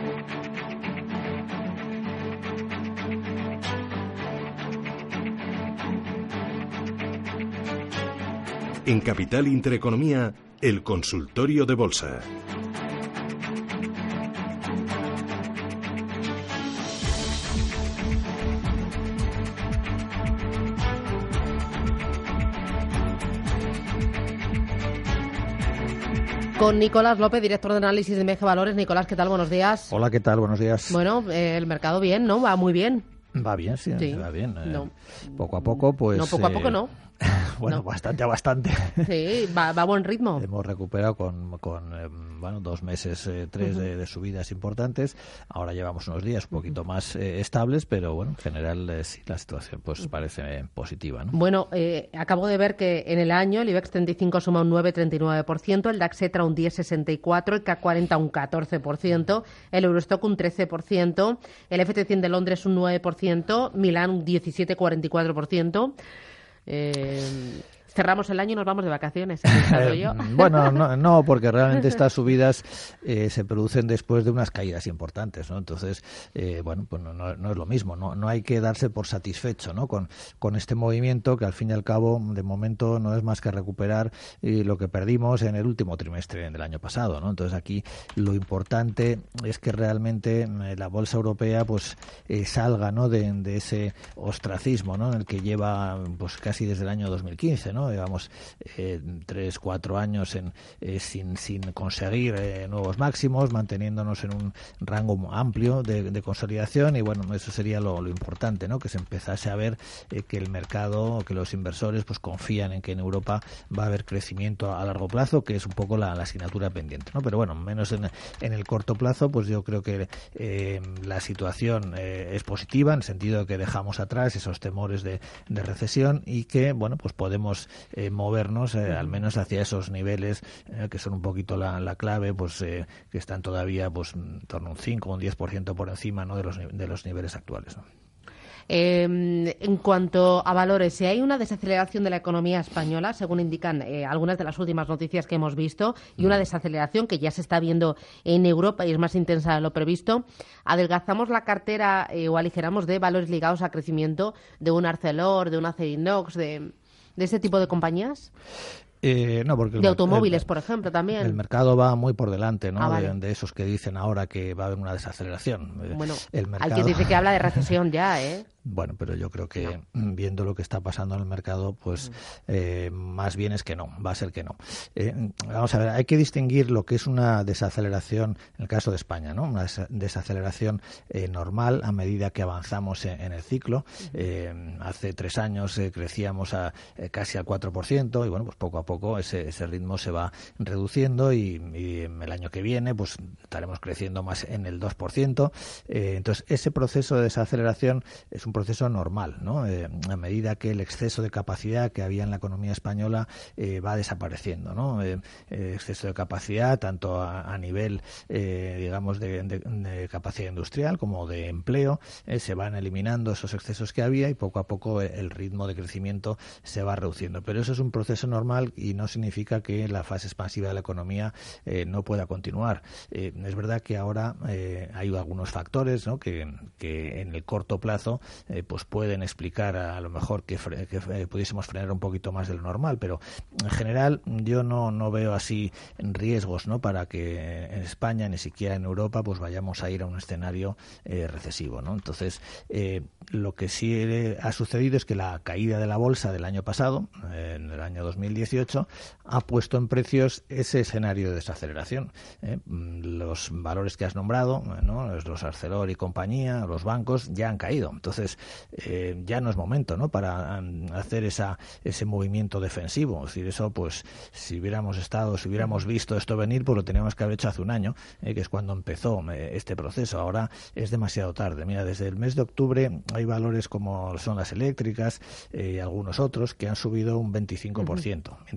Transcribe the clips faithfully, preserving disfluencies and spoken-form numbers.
En Capital Intereconomía, el consultorio de bolsa. Con Nicolás López, director de análisis de M G Valores. Nicolás, ¿qué tal? Buenos días. Hola, ¿qué tal? Buenos días. Bueno, eh, el mercado bien, ¿no? Va muy bien. Va bien, sí, sí. va bien. Eh, no. Poco a poco, pues... No, poco a poco eh, no. Bueno, no. bastante a bastante. Sí, va, va a buen ritmo. Hemos recuperado con, con eh, bueno, dos meses, eh, tres uh-huh. de, de subidas importantes. Ahora llevamos unos días un poquito uh-huh. más eh, estables, pero bueno, en general eh, sí, la situación pues parece eh, positiva, ¿no? Bueno, eh, acabo de ver que en el año el IBEX treinta y cinco suma un nueve coma treinta y nueve por ciento, el DAX ETRA un diez coma sesenta y cuatro por ciento, el C A C cuarenta un catorce por ciento, el Eurostock un trece por ciento, el F T cien de Londres un nueve por ciento, Milán un diecisiete coma cuarenta y cuatro por ciento. Eh... Cerramos el año y nos vamos de vacaciones. Eh, bueno, no, no, porque realmente estas subidas eh, se producen después de unas caídas importantes, ¿no? Entonces, eh, bueno, pues no, no, no es lo mismo, no, no hay que darse por satisfecho, ¿no? Con, con este movimiento que al fin y al cabo, de momento, no es más que recuperar eh, lo que perdimos en el último trimestre del año pasado, ¿no? Entonces aquí lo importante es que realmente eh, la bolsa europea, pues, eh, salga, ¿no? De, de ese ostracismo, ¿no? En el que lleva, pues, casi desde el año dos mil quince, ¿no? Llevamos eh, tres, cuatro años en, eh, sin, sin conseguir eh, nuevos máximos, manteniéndonos en un rango amplio de, de consolidación y bueno, eso sería lo, lo importante, ¿no? Que se empezase a ver eh, que el mercado, que los inversores pues confían en que en Europa va a haber crecimiento a largo plazo, que es un poco la, la asignatura pendiente, ¿no? Pero bueno, menos en, en el corto plazo, pues yo creo que eh, la situación eh, es positiva en el sentido de que dejamos atrás esos temores de, de recesión y que, bueno, pues podemos Eh, movernos eh, al menos hacia esos niveles eh, que son un poquito la, la clave, pues eh, que están todavía pues en torno a un cinco o un diez por ciento por encima, ¿no? de los de los niveles actuales, ¿no? Eh, en cuanto a valores, si hay una desaceleración de la economía española, según indican eh, algunas de las últimas noticias que hemos visto, y una desaceleración que ya se está viendo en Europa y es más intensa de lo previsto, ¿adelgazamos la cartera eh, o aligeramos de valores ligados a crecimiento de un Arcelor, de un Acerinox, de... ¿De ese tipo de compañías? Eh, no, porque de el, automóviles, el, por ejemplo, también. El mercado va muy por delante, ¿no? Ah, vale. de, de esos que dicen ahora que va a haber una desaceleración. Bueno, el mercado... hay quien dice que habla de recesión ya, ¿eh? Bueno, pero yo creo que no. viendo lo que está pasando en el mercado, pues eh, más bien es que no, va a ser que no. Eh, vamos a ver, hay que distinguir lo que es una desaceleración, en el caso de España, ¿no? Una desaceleración eh, normal a medida que avanzamos en, en el ciclo. Eh, hace tres años eh, crecíamos a eh, casi al cuatro por ciento y bueno, pues poco a poco ese, ese ritmo se va reduciendo y, y el año que viene pues estaremos creciendo más en el dos por ciento. Eh, entonces, ese proceso de desaceleración es un proceso normal, ¿no? Eh, a medida que el exceso de capacidad que había en la economía española eh, va desapareciendo, ¿no? Eh, eh, exceso de capacidad tanto a, a nivel, eh, digamos, de, de, de capacidad industrial como de empleo, eh, se van eliminando esos excesos que había y poco a poco el ritmo de crecimiento se va reduciendo. Pero eso es un proceso normal y no significa que la fase expansiva de la economía eh, no pueda continuar. Eh, es verdad que ahora eh, hay algunos factores, ¿no? que, que en el corto plazo Eh, pues pueden explicar a, a lo mejor que, fre que eh, pudiésemos frenar un poquito más de lo normal, pero en general yo no, no veo así riesgos, ¿no? Para que en España ni siquiera en Europa pues vayamos a ir a un escenario eh, recesivo, ¿no? Entonces eh, lo que sí eh, ha sucedido es que la caída de la bolsa del año pasado, eh, en el año dos mil dieciocho, ha puesto en precios ese escenario de desaceleración. ¿eh? Los valores que has nombrado, ¿no? Los Arcelor y compañía, los bancos ya han caído. Entonces Eh, ya no es momento, ¿no? Para um, hacer esa ese movimiento defensivo. Es decir, eso, pues, si hubiéramos estado, si hubiéramos visto esto venir, pues lo teníamos que haber hecho hace un año, eh, que es cuando empezó eh, este proceso. Ahora es demasiado tarde. Mira, desde el mes de octubre hay valores como son las eléctricas y eh, algunos otros que han subido un veinticinco por ciento, uh-huh. mientras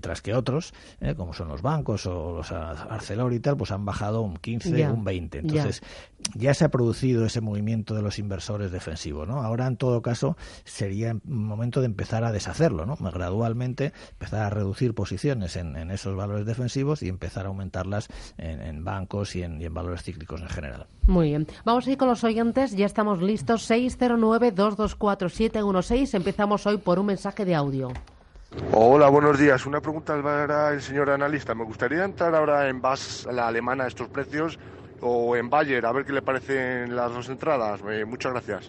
mientras que otros, eh, como son los bancos o los Arcelor y tal, pues han bajado un quince, ya, un veinte. Entonces, ya. ya se ha producido ese movimiento de los inversores defensivos, ¿no? Ahora, en todo caso, sería un momento de empezar a deshacerlo, ¿no? Gradualmente empezar a reducir posiciones en, en esos valores defensivos y empezar a aumentarlas en, en bancos y en, y en valores cíclicos en general. Muy bien. Vamos a ir con los oyentes. Ya estamos listos. seis cero nueve, dos dos cuatro, siete uno seis. Empezamos hoy por un mensaje de audio. Hola, buenos días. Una pregunta para el señor analista. Me gustaría entrar ahora en B A S, la alemana, a estos precios, o en Bayer, a ver qué le parecen las dos entradas. Eh, muchas gracias.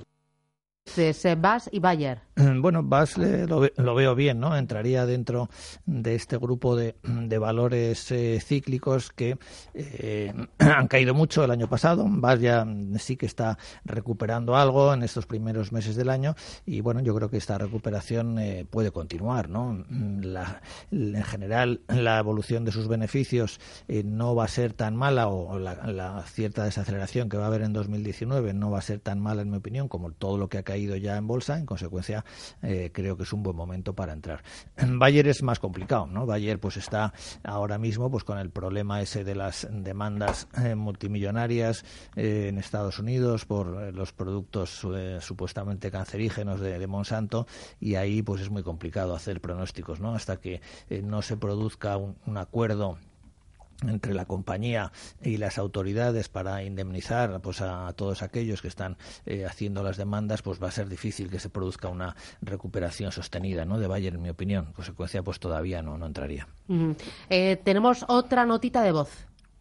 Es B A S y Bayer. Bueno, B A S lo, lo veo bien, ¿no? Entraría dentro de este grupo de, de valores eh, cíclicos que eh, han caído mucho el año pasado. B A S ya sí que está recuperando algo en estos primeros meses del año y, bueno, yo creo que esta recuperación eh, puede continuar, ¿no? La, en general, la evolución de sus beneficios eh, no va a ser tan mala, o la, la cierta desaceleración que va a haber en dos mil diecinueve no va a ser tan mala, en mi opinión, como todo lo que ha caído ya en bolsa. En consecuencia, eh, creo que es un buen momento para entrar. Bayer es más complicado, ¿no? Bayer pues está ahora mismo pues con el problema ese de las demandas eh, multimillonarias eh, en Estados Unidos por eh, los productos eh, supuestamente cancerígenos de, de Monsanto, y ahí pues es muy complicado hacer pronósticos, ¿no? Hasta que eh, no se produzca un, un acuerdo entre la compañía y las autoridades para indemnizar pues a todos aquellos que están eh, haciendo las demandas, pues va a ser difícil que se produzca una recuperación sostenida, ¿no? De Bayer, en mi opinión. En consecuencia, pues todavía no, no entraría. Uh-huh. Eh, tenemos otra notita de voz.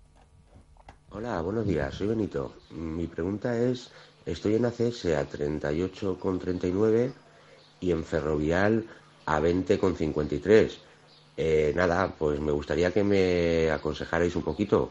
Hola, buenos días, soy Benito. Mi pregunta es, estoy en A C S a treinta y ocho con treinta y nueve y en Ferrovial a veinte con cincuenta y tres. Eh, nada, pues me gustaría que me aconsejarais un poquito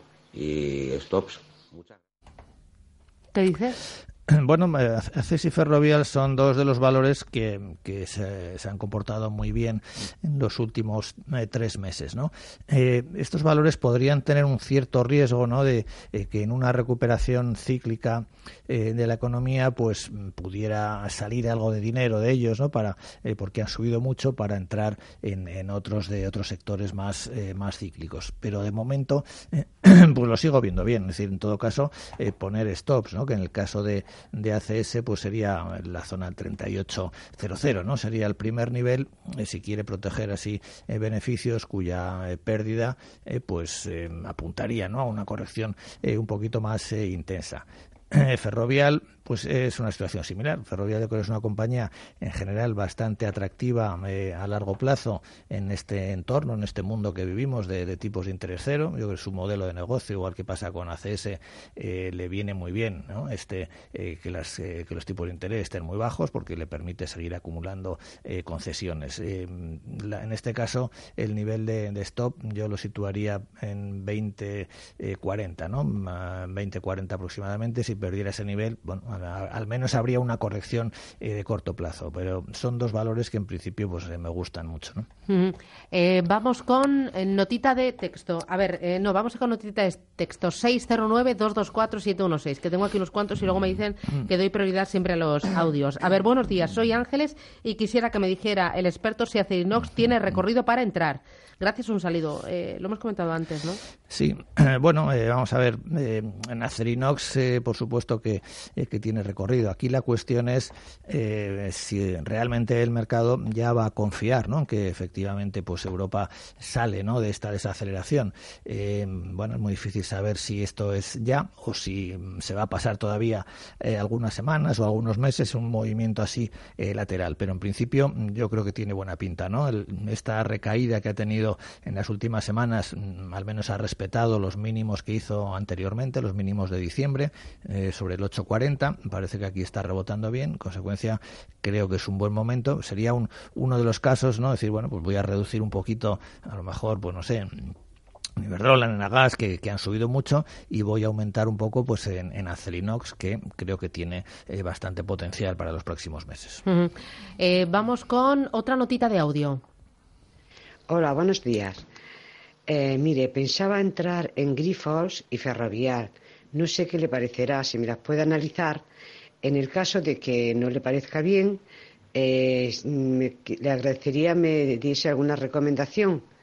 y stops. Muchas gracias. ¿Qué dices? Bueno, A C S y Ferrovial son dos de los valores que, que se, se han comportado muy bien en los últimos eh, tres meses, ¿no? Eh, estos valores podrían tener un cierto riesgo, ¿no? De eh, que en una recuperación cíclica eh, de la economía, pues pudiera salir algo de dinero de ellos, ¿no? Para eh, porque han subido mucho para entrar en, en otros de otros sectores más eh, más cíclicos. Pero de momento, eh, pues lo sigo viendo bien. Es decir, en todo caso, eh, poner stops, ¿no? Que en el caso de de A C S pues sería la zona treinta y ocho cero cero, ¿no? Sería el primer nivel, eh, si quiere proteger así eh, beneficios cuya eh, pérdida eh, pues eh, apuntaría, ¿no? A una corrección eh, un poquito más eh, intensa. Eh, Ferrovial pues es una situación similar. Ferrovial yo creo que es una compañía en general bastante atractiva eh, a largo plazo en este entorno, en este mundo que vivimos de, de tipos de interés cero. Yo creo que su modelo de negocio, igual que pasa con A C S, eh, le viene muy bien, ¿no? Este eh, que, las, eh, que los tipos de interés estén muy bajos porque le permite seguir acumulando eh, concesiones. Eh, la, en este caso, el nivel de, de stop yo lo situaría en veinte cuarenta, ¿no? veinte cuarenta aproximadamente. Si perdiera ese nivel, bueno, al menos habría una corrección eh, de corto plazo, pero son dos valores que en principio pues eh, me gustan mucho, ¿no? Uh-huh. Eh, vamos con eh, notita de texto. A ver, eh, no, vamos con notita de texto seis cero nueve, dos dos cuatro, siete uno seis, que tengo aquí unos cuantos y luego me dicen que doy prioridad siempre a los audios. A ver, buenos días, soy Ángeles y quisiera que me dijera el experto si Acerinox tiene recorrido para entrar. Gracias, un saludo. Eh, lo hemos comentado antes, ¿no? Sí, eh, bueno, eh, vamos a ver, eh, en Acerinox, eh, por supuesto que, eh, que tiene recorrido. Aquí la cuestión es eh, si realmente el mercado ya va a confiar, ¿no? En que efectivamente pues Europa sale, ¿no? De esta desaceleración. Eh, bueno, es muy difícil saber si esto es ya o si se va a pasar todavía eh, algunas semanas o algunos meses un movimiento así eh, lateral. Pero en principio yo creo que tiene buena pinta, ¿no? El, esta recaída que ha tenido en las últimas semanas, al menos ha respetado los mínimos que hizo anteriormente, los mínimos de diciembre, eh, sobre el ocho cuarenta. Parece que aquí está rebotando bien. En consecuencia, creo que es un buen momento. Sería un, uno de los casos, ¿no? Decir, bueno, pues voy a reducir un poquito, a lo mejor, pues no sé, en Iberdrola, en Agas, que, que han subido mucho, y voy a aumentar un poco pues en, en Acerinox, que creo que tiene eh, bastante potencial para los próximos meses. Uh-huh. Eh, vamos con otra notita de audio. Hola, buenos días. Eh, mire, pensaba entrar en Grifols y Ferrovial. No sé qué le parecerá, si me las puede analizar. En el caso de que no le parezca bien, eh, me, le agradecería me diese alguna recomendación.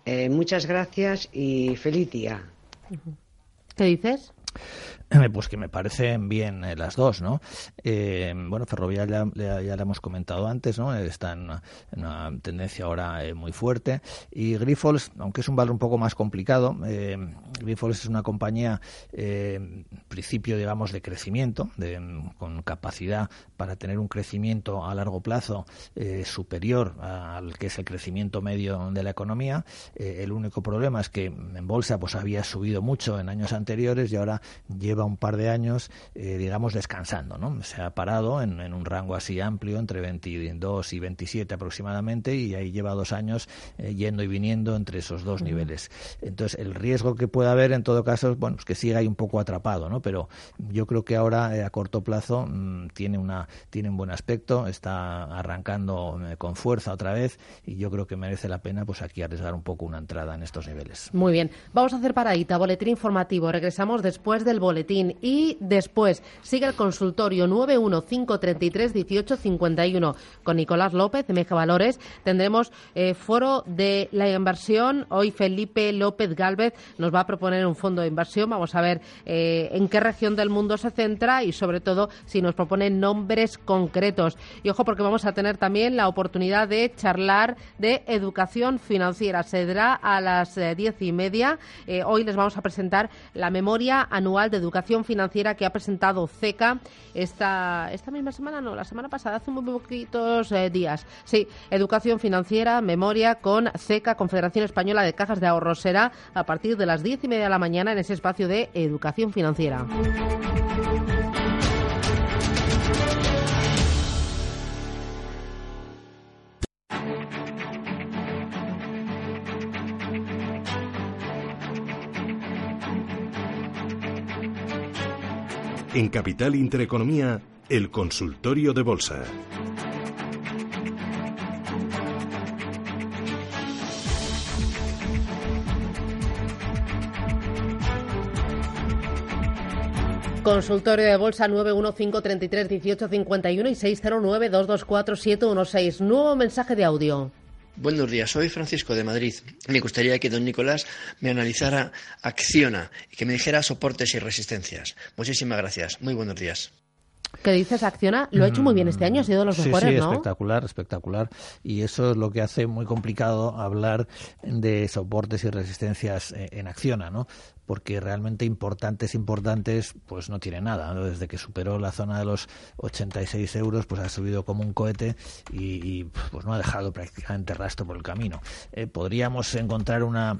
Eh, muchas gracias y feliz día. ¿Qué dices? Pues que me parecen bien eh, las dos, ¿no? Eh, bueno, Ferrovial ya, ya, ya la hemos comentado antes, ¿no? Está en una, en una tendencia ahora eh, muy fuerte. Y Grifols, aunque es un valor un poco más complicado, eh, Grifols es una compañía, eh, principio, digamos, de crecimiento, de, con capacidad para tener un crecimiento a largo plazo eh, superior al que es el crecimiento medio de la economía. Eh, el único problema es que en bolsa pues había subido mucho en años anteriores y ahora lleva un par de años, eh, digamos, descansando, ¿no? Se ha parado en, en un rango así amplio, entre veintidós y veintisiete aproximadamente, y ahí lleva dos años eh, yendo y viniendo entre esos dos uh-huh. niveles. Entonces, el riesgo que pueda haber, en todo caso, es, bueno, es que siga ahí un poco atrapado, ¿no? Pero yo creo que ahora, eh, a corto plazo, mmm, tiene una tiene un buen aspecto, está arrancando eh, con fuerza otra vez, y yo creo que merece la pena, pues aquí arriesgar un poco una entrada en estos niveles. Muy bien. Vamos a hacer paradita, boletín informativo. Regresamos después del boletín. Y después sigue el consultorio nueve uno cinco tres tres uno ocho cinco uno con Nicolás López de M G Valores. Tendremos eh, foro de la inversión. Hoy Felipe López Gálvez nos va a proponer un fondo de inversión. Vamos a ver eh, en qué región del mundo se centra y sobre todo si nos propone nombres concretos. Y ojo, porque vamos a tener también la oportunidad de charlar de educación financiera. Se dará a las eh, diez y media. Eh, hoy les vamos a presentar la memoria anual de educación financiera que ha presentado C E C A esta, esta misma semana, no, la semana pasada, hace muy poquitos eh, días. Sí, educación financiera, memoria con C E C A, Confederación Española de Cajas de Ahorros. Será a partir de las diez y media de la mañana en ese espacio de educación financiera. En Capital Intereconomía, el consultorio de bolsa. Consultorio de bolsa nueve uno cinco tres tres uno ocho cinco uno y seis cero nueve dos dos cuatro siete uno seis. Nuevo mensaje de audio. Buenos días, soy Francisco de Madrid. Me gustaría que don Nicolás me analizara Acciona y que me dijera soportes y resistencias. Muchísimas gracias. Muy buenos días. ¿Qué dices, Acciona? Lo ha hecho muy bien este año, ha sido de los sí, mejores, sí, ¿no? espectacular, espectacular. Y eso es lo que hace muy complicado hablar de soportes y resistencias en Acciona, ¿no? Porque realmente importantes, importantes, pues no tiene nada, ¿no? Desde que superó la zona de los ochenta y seis euros, pues ha subido como un cohete y, y pues no ha dejado prácticamente rastro por el camino. Eh, podríamos encontrar una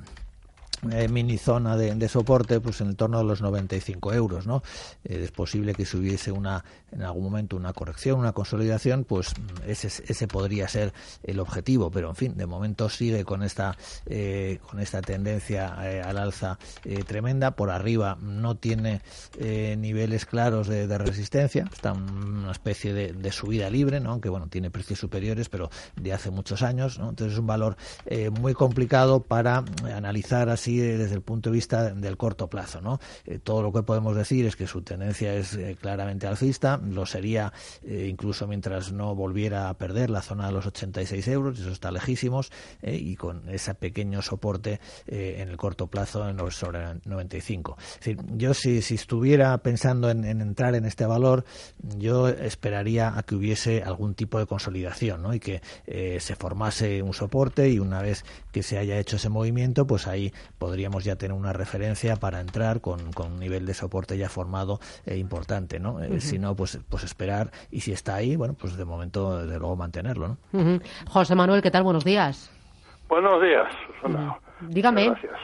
Eh, mini zona de, de soporte pues en el torno de los noventa y cinco euros, ¿no? Eh, es posible que si hubiese una en algún momento una corrección, una consolidación, pues ese ese podría ser el objetivo, pero en fin, de momento sigue con esta eh, con esta tendencia eh, al alza eh, tremenda. Por arriba no tiene eh, niveles claros de, de resistencia, está en una especie de, de subida libre, ¿no? Aunque bueno, tiene precios superiores, pero de hace muchos años, ¿no? Entonces es un valor eh, muy complicado para analizar así desde el punto de vista del corto plazo, ¿no? Eh, todo lo que podemos decir es que su tendencia es eh, claramente alcista, lo sería eh, incluso mientras no volviera a perder la zona de los ochenta y seis euros, eso está lejísimos, eh, y con ese pequeño soporte eh, en el corto plazo en los sobre noventa y cinco. Es decir, yo si, si estuviera pensando en, en entrar en este valor, yo esperaría a que hubiese algún tipo de consolidación, ¿no? Y que eh, se formase un soporte, y una vez que se haya hecho ese movimiento, pues ahí podríamos ya tener una referencia para entrar con, con un nivel de soporte ya formado eh, importante, ¿no? Eh, uh-huh. Si no, pues pues esperar, y si está ahí, bueno, pues de momento, desde luego, mantenerlo, ¿no? Uh-huh. José Manuel, ¿qué tal? Buenos días. Buenos días, Susana. Uh-huh. Dígame. Gracias.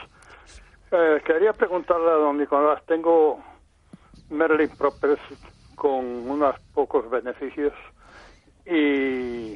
Eh, quería preguntarle a don Nicolás, tengo Merlin Properties con unos pocos beneficios y...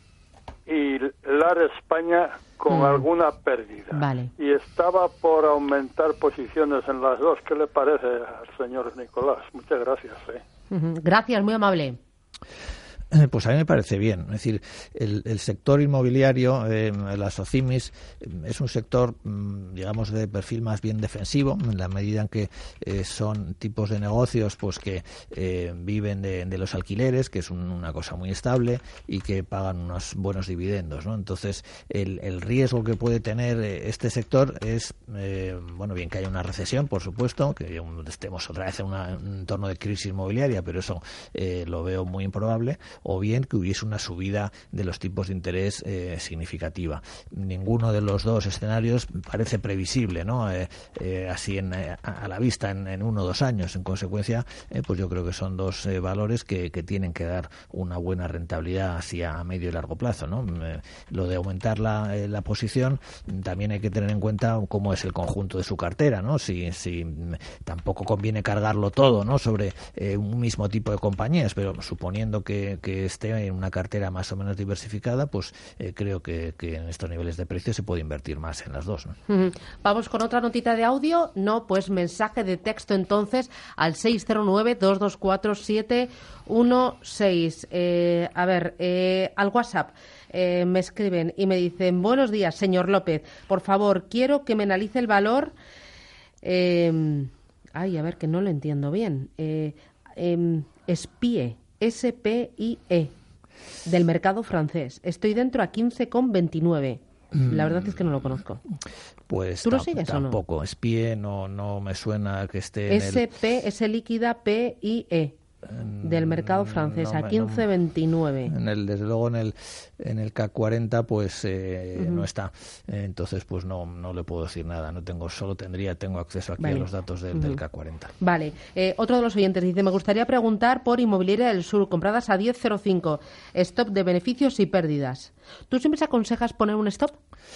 y LAR España con mm. alguna pérdida. Vale. Y estaba por aumentar posiciones en las dos. ¿Qué le parece al señor Nicolás? Muchas gracias. ¿eh? Uh-huh. Gracias, muy amable. Eh, pues a mí me parece bien. Es decir, el, el sector inmobiliario, eh, las SOCIMIS, eh, es un sector, mm, digamos, de perfil más bien defensivo, en la medida en que eh, son tipos de negocios pues que eh, viven de, de los alquileres, que es un, una cosa muy estable y que pagan unos buenos dividendos, ¿no? Entonces, el, el riesgo que puede tener eh, este sector es, eh, bueno, bien que haya una recesión, por supuesto, que estemos otra vez en una, un entorno de crisis inmobiliaria, pero eso eh, lo veo muy improbable, o bien que hubiese una subida de los tipos de interés eh, significativa. Ninguno de los dos escenarios parece previsible, ¿no? Eh, eh, así en, eh, a la vista en, en uno o dos años. En consecuencia, eh, pues yo creo que son dos eh, valores que, que tienen que dar una buena rentabilidad hacia a medio y largo plazo, ¿no? Eh, lo de aumentar la, eh, la posición, también hay que tener en cuenta cómo es el conjunto de su cartera, ¿no? Si, si tampoco conviene cargarlo todo, ¿no? Sobre eh, un mismo tipo de compañías, pero suponiendo que, que esté en una cartera más o menos diversificada, pues eh, creo que, que en estos niveles de precios se puede invertir más en las dos, ¿no? Uh-huh. Vamos con otra notita de audio. No, pues mensaje de texto entonces al seis cero nueve, dos dos cuatro, siete uno seis. Eh, a ver, eh, al WhatsApp eh, me escriben y me dicen: buenos días, señor López, por favor, quiero que me analice el valor. Eh, ay, a ver, que no lo entiendo bien. Eh, eh, SPIE, S P I E, del mercado francés. Estoy dentro a quince con veintinueve. La verdad es que no lo conozco. Pues ¿Tú lo sigues tampoco. o no? SPIE no, no me suena que esté en S P, el... S líquida, P I E. Del mercado francés, no, a quince veintinueve. No, en el, desde luego en el en el C A C cuarenta pues eh, uh-huh. no está. Eh, entonces pues no no le puedo decir nada. No tengo, solo tendría, tengo acceso aquí vale. a los datos del, uh-huh. del C A C cuarenta. Vale. Eh, otro de los oyentes dice: me gustaría preguntar por Inmobiliaria del Sur, compradas a diez cero cinco, stop de beneficios y pérdidas. ¿Tú siempre aconsejas poner un stop?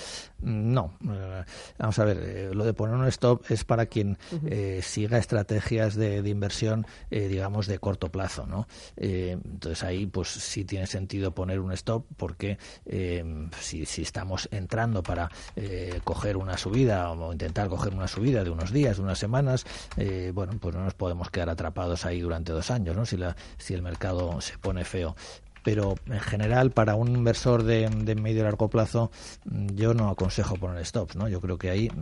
No, eh, vamos a ver, eh, lo de poner un stop es para quien uh-huh. eh, siga estrategias de, de inversión, eh, digamos, de corto plazo, ¿no? Eh, entonces ahí, pues sí tiene sentido poner un stop, porque eh, si, si estamos entrando para eh, coger una subida o intentar coger una subida de unos días, de unas semanas, eh, bueno, pues no nos podemos quedar atrapados ahí durante dos años, ¿no? Si la, si el mercado se pone feo. Pero en general, para un inversor de, de medio y largo plazo, yo no aconsejo poner stops, ¿no? Yo creo que ahí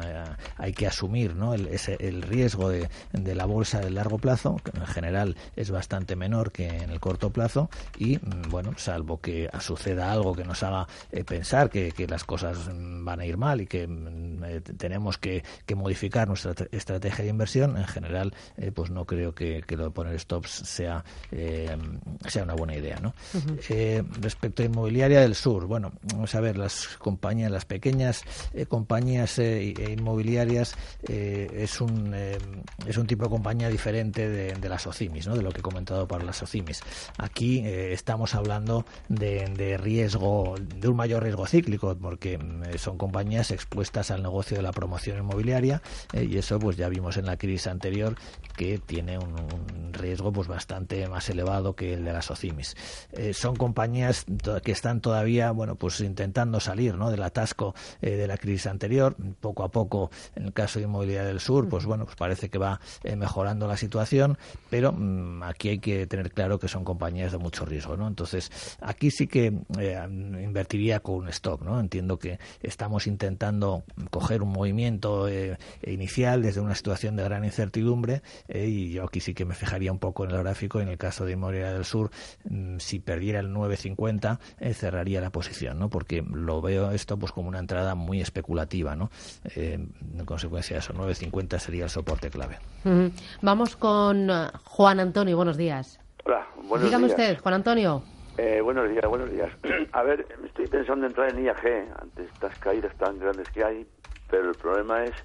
hay que asumir, ¿no? el, ese, el riesgo de, de la bolsa de largo plazo, que en general es bastante menor que en el corto plazo, y bueno, salvo que suceda algo que nos haga eh, pensar que, que las cosas van a ir mal y que eh, tenemos que, que modificar nuestra estrategia de inversión, en general, eh, pues no creo que, que lo de poner stops sea, eh, sea una buena idea, ¿no? Uh-huh. Eh, respecto a Inmobiliaria del Sur, bueno, vamos a ver, las compañías, las pequeñas eh, compañías eh, inmobiliarias eh, es un eh, es un tipo de compañía diferente de, de las SOCIMIS, ¿no? De lo que he comentado para las SOCIMIS. Aquí eh, estamos hablando de, de riesgo, de un mayor riesgo cíclico, porque eh, son compañías expuestas al negocio de la promoción inmobiliaria, eh, y eso pues ya vimos en la crisis anterior que tiene un, un riesgo pues bastante más elevado que el de las SOCIMIS. Eh, son compañías to- que están todavía, bueno, pues intentando salir, ¿no? Del atasco eh, de la crisis anterior. Poco a poco, en el caso de Inmobiliaria del Sur, pues bueno, pues parece que va eh, mejorando la situación, pero mmm, aquí hay que tener claro que son compañías de mucho riesgo, ¿no? Entonces, aquí sí que eh, invertiría con un stop, ¿no? Entiendo que estamos intentando coger un movimiento eh, inicial desde una situación de gran incertidumbre, eh, y yo aquí sí que me fijaría un poco en el gráfico. En el caso de Inmobiliaria del Sur, mmm, si perdiera el nueve cincuenta, eh, cerraría la posición, ¿no? Porque lo veo esto pues como una entrada muy especulativa, ¿no? Eh, en consecuencia de eso, nueve cincuenta sería el soporte clave. Uh-huh. Vamos con uh, Juan Antonio. Buenos días. Hola, buenos Dígame días. usted, Juan Antonio. Eh, buenos días, buenos días. A ver, estoy pensando en entrar en I A G ante estas caídas tan grandes que hay, pero el problema es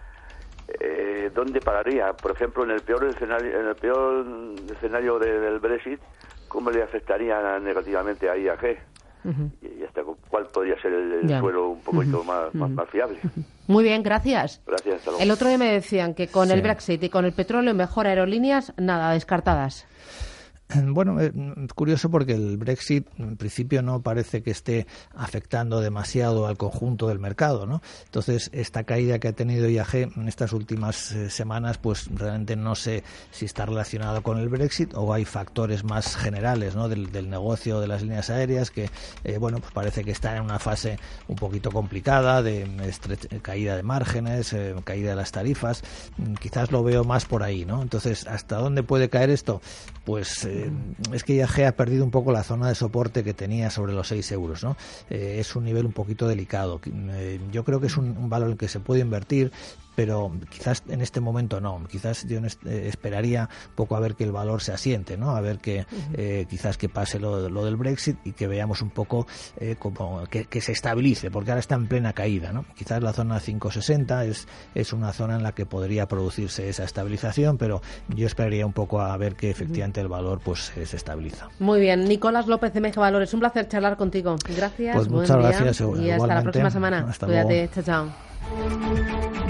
eh, ¿dónde pararía? Por ejemplo, en el peor escenario, en el peor escenario de, del Brexit, ¿cómo le afectaría negativamente a I A G? Uh-huh. Y hasta cuál podría ser el, el suelo un poquito uh-huh. más, más, más fiable. Muy bien, gracias. Gracias, hasta luego. El otro día me decían que con sí. el Brexit y con el petróleo mejor aerolíneas, nada, descartadas. Bueno, es curioso porque el Brexit en principio no parece que esté afectando demasiado al conjunto del mercado, ¿no? Entonces, esta caída que ha tenido I A G en estas últimas eh, semanas, pues realmente no sé si está relacionado con el Brexit o hay factores más generales, ¿no? del, del negocio de las líneas aéreas que, eh, bueno, pues parece que está en una fase un poquito complicada de estrecha, caída de márgenes, eh, caída de las tarifas. Quizás lo veo más por ahí, ¿no? Entonces, ¿hasta dónde puede caer esto? Pues eh, es que I A G ha perdido un poco la zona de soporte que tenía sobre los seis euros, ¿no? Eh, es un nivel un poquito delicado. Eh, yo creo que es un, un valor en el que se puede invertir, pero quizás en este momento no. Quizás yo eh, esperaría un poco a ver que el valor se asiente, ¿no? A ver que eh, quizás que pase lo, lo del Brexit y que veamos un poco eh, como que, que se estabilice, porque ahora está en plena caída, ¿no? Quizás la zona cinco sesenta es, es una zona en la que podría producirse esa estabilización, pero yo esperaría un poco a ver que efectivamente el valor pues se estabiliza. Muy bien. Nicolás López de M G Valores, un placer charlar contigo. Gracias. Pues muchas buen día, gracias. Y hasta igualmente. la próxima semana. Hasta Cuídate. luego. Chao, chao.